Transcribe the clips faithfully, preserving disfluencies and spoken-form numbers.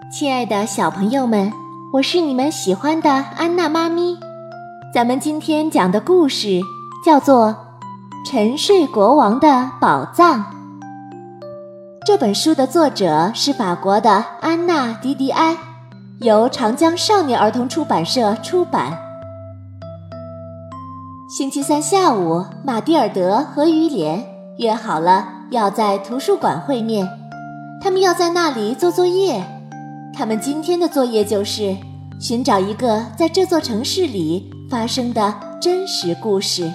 亲爱的小朋友们，我是你们喜欢的安娜妈咪。咱们今天讲的故事叫做《沉睡国王的宝藏》。这本书的作者是法国的安娜·迪迪埃，由长江少年儿童出版社出版。星期三下午，玛蒂尔德和于连约好了要在图书馆会面，他们要在那里做作业。他们今天的作业就是寻找一个在这座城市里发生的真实故事。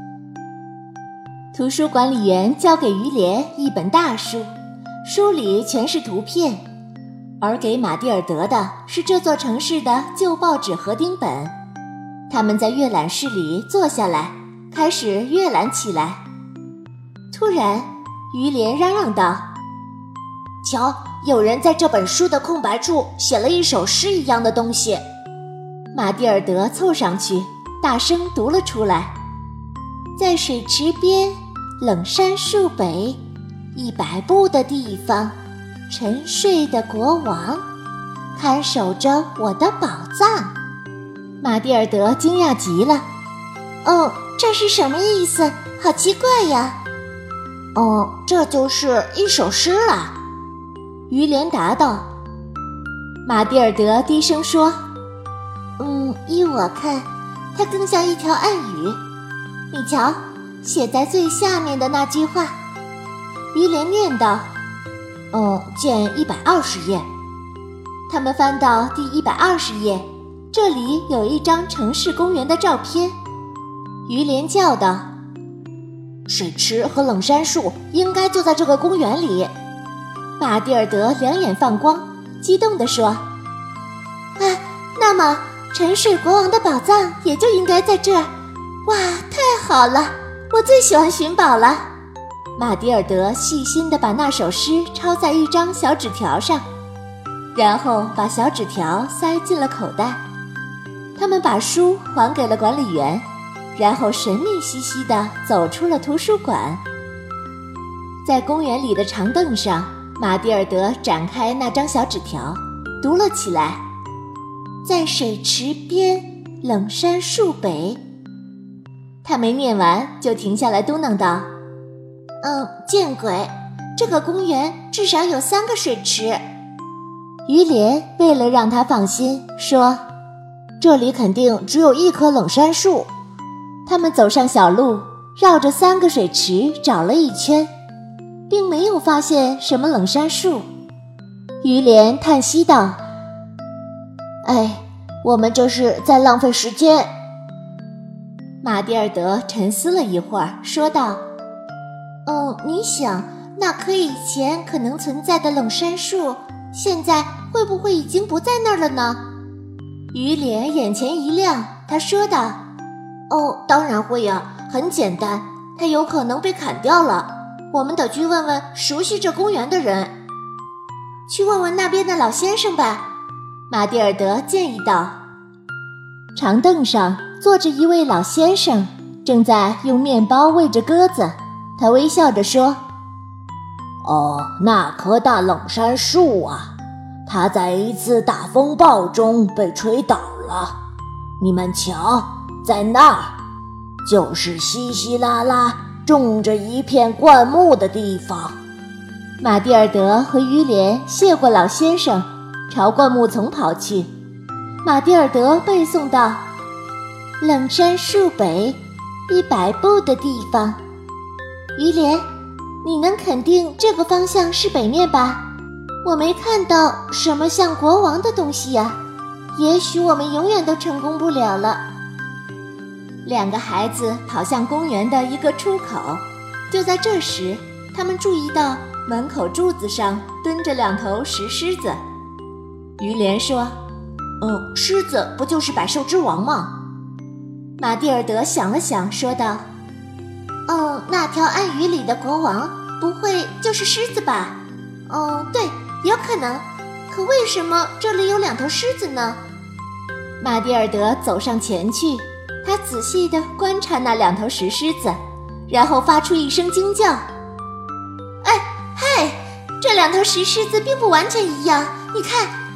图书管理员交给于连一本大书，书里全是图片，而给玛蒂尔德的是这座城市的旧报纸合订本。他们在阅览室里坐下来，开始阅览起来。突然，于连嚷嚷道：“瞧，有人在这本书的空白处写了一首诗一样的东西。”玛蒂尔德凑上去，大声读了出来：“在水池边，冷杉树北，一百步的地方，沉睡的国王，看守着我的宝藏。”玛蒂尔德惊讶极了：“哦，这是什么意思？好奇怪呀！”“哦，这就是一首诗了。”于连答道。玛蒂尔德低声说：“嗯，依我看，它更像一条暗语。你瞧，写在最下面的那句话。”于连念道：“哦，见一百二十页。”他们翻到第一百二十页，这里有一张城市公园的照片。于连叫道：“水池和冷杉树应该就在这个公园里。”玛蒂尔德两眼放光，激动地说：“啊，那么沉睡国王的宝藏也就应该在这儿！哇，太好了，我最喜欢寻宝了！”玛蒂尔德细心地把那首诗抄在一张小纸条上，然后把小纸条塞进了口袋。他们把书还给了管理员，然后神秘兮兮地走出了图书馆。在公园里的长凳上，玛蒂尔德展开那张小纸条，读了起来：“在水池边，冷杉树北。”他没念完就停下来嘟囔道：“嗯，见鬼，这个公园至少有三个水池。”于连为了让他放心说：“这里肯定只有一棵冷杉树。”他们走上小路，绕着三个水池找了一圈，并没有发现什么冷杉树。于连叹息道：“哎，我们这是在浪费时间。”玛蒂尔德沉思了一会儿，说道：“哦，你想，那棵以前可能存在的冷杉树，现在会不会已经不在那儿了呢？”于连眼前一亮，他说道：“哦，当然会呀，很简单，它有可能被砍掉了。我们得去问问熟悉这公园的人，去问问那边的老先生吧。”玛蒂尔德建议道。长凳上坐着一位老先生，正在用面包喂着鸽子。他微笑着说：“哦，那棵大冷杉树啊，它在一次大风暴中被吹倒了。你们瞧，在那儿，就是稀稀拉拉种着一片灌木的地方。”玛蒂尔德和于连谢过老先生，朝灌木丛跑去。玛蒂尔德背诵道：“冷杉树北，一百步的地方。”于连，你能肯定这个方向是北面吧？我没看到什么像国王的东西呀，也许我们永远都成功不了了。两个孩子跑向公园的一个出口，就在这时，他们注意到门口柱子上蹲着两头石狮子。于连说：“嗯，狮子不就是百兽之王吗？”玛蒂尔德想了想，说道：“哦，那条暗语里的国王不会就是狮子吧？哦，对，有可能。可为什么这里有两头狮子呢？”玛蒂尔德走上前去，他仔细地观察那两头石狮子，然后发出一声惊叫：“哎，嗨！这两头石狮子并不完全一样，你看，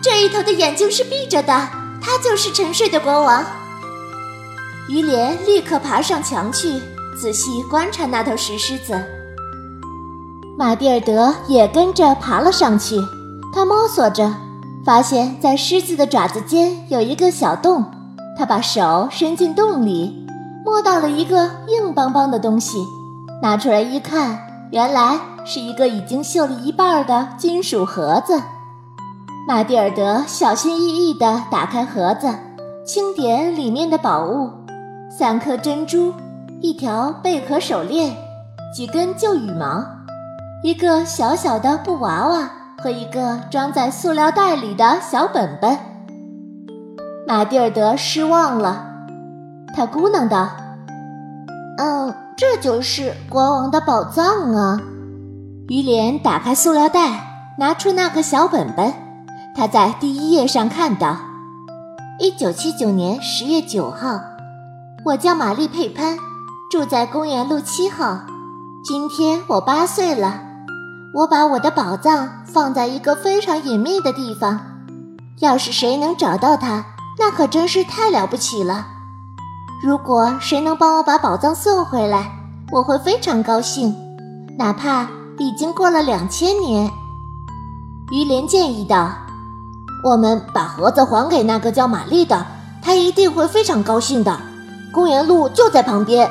这一头的眼睛是闭着的，他就是沉睡的国王。于连立刻爬上墙去，仔细观察那头石狮子。马蒂尔德也跟着爬了上去，他摸索着，发现在狮子的爪子间有一个小洞，他把手伸进洞里，摸到了一个硬邦邦的东西，拿出来一看，原来是一个已经锈了一半的金属盒子。马蒂尔德小心翼翼地打开盒子，清点里面的宝物：三颗珍珠，一条贝壳手链，几根旧羽毛，一个小小的布娃娃和一个装在塑料袋里的小本本。马蒂尔德失望了，他咕囔道：嗯，这就是国王的宝藏啊。于连打开塑料袋，拿出那个小本本，他在第一页上看到一九七九年十月九号，我叫玛丽佩潘，住在公园路七号，今天我八岁了，我把我的宝藏放在一个非常隐秘的地方，要是谁能找到它，那可真是太了不起了。如果谁能帮我把宝藏送回来，我会非常高兴，哪怕已经过了两千年。于连建议道：我们把盒子还给那个叫玛丽的，她一定会非常高兴的，公园路就在旁边。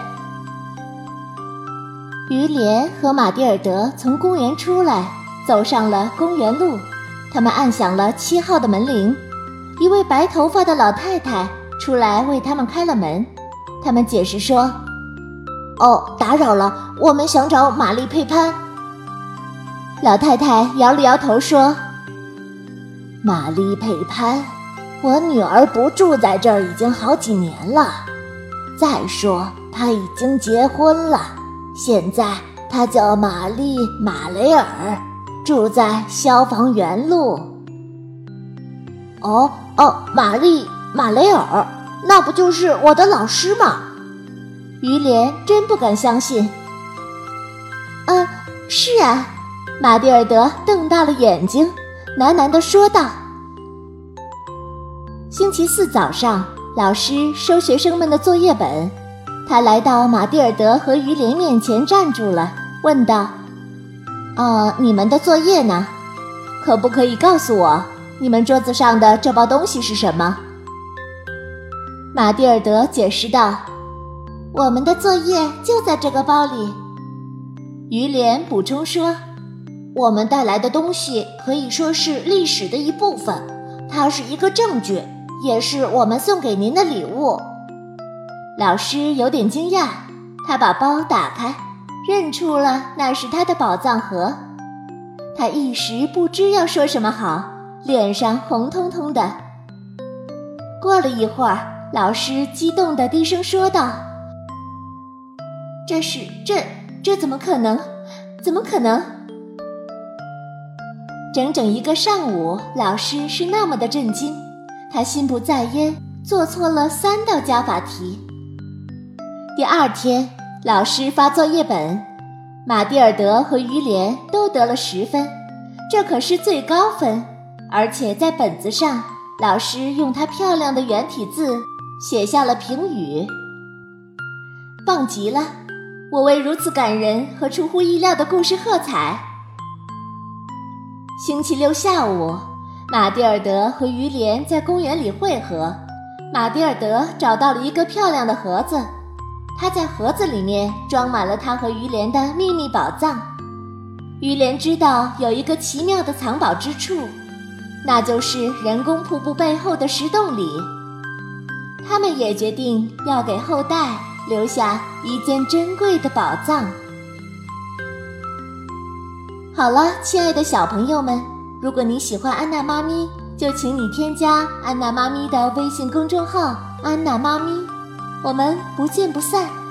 于连和马蒂尔德从公园出来，走上了公园路，他们按响了七号的门铃，一位白头发的老太太出来为他们开了门。他们解释说：哦，打扰了，我们想找玛丽佩潘。老太太摇了摇头说：玛丽佩潘，我女儿不住在这儿已经好几年了，再说她已经结婚了，现在她叫玛丽·马雷尔，住在消防员路。哦哦，玛丽·马雷尔，那不就是我的老师吗？于连真不敢相信。嗯，是啊，马蒂尔德瞪大了眼睛，喃喃地说道。星期四早上，老师收学生们的作业本，他来到马蒂尔德和于连面前站住了，问道：啊，你们的作业呢？可不可以告诉我，你们桌子上的这包东西是什么？马蒂尔德解释道：我们的作业就在这个包里。于连补充说：我们带来的东西可以说是历史的一部分，它是一个证据，也是我们送给您的礼物。老师有点惊讶，他把包打开，认出了那是他的宝藏盒。他一时不知要说什么好，脸上红彤彤的。过了一会儿，老师激动地低声说道：这是这这怎么可能？怎么可能？整整一个上午，老师是那么的震惊，他心不在焉，做错了三道加法题。第二天，老师发作业本，马蒂尔德和于连都得了十分，这可是最高分，而且在本子上，老师用他漂亮的圆体字写下了评语：棒极了，我为如此感人和出乎意料的故事喝彩。星期六下午，马蒂尔德和于连在公园里会合。马蒂尔德找到了一个漂亮的盒子，他在盒子里面装满了他和于连的秘密宝藏。于连知道有一个奇妙的藏宝之处，那就是人工瀑布背后的石洞里。他们也决定要给后代留下一件珍贵的宝藏。好了，亲爱的小朋友们，如果你喜欢安娜妈咪，就请你添加安娜妈咪的微信公众号安娜妈咪，我们不见不散。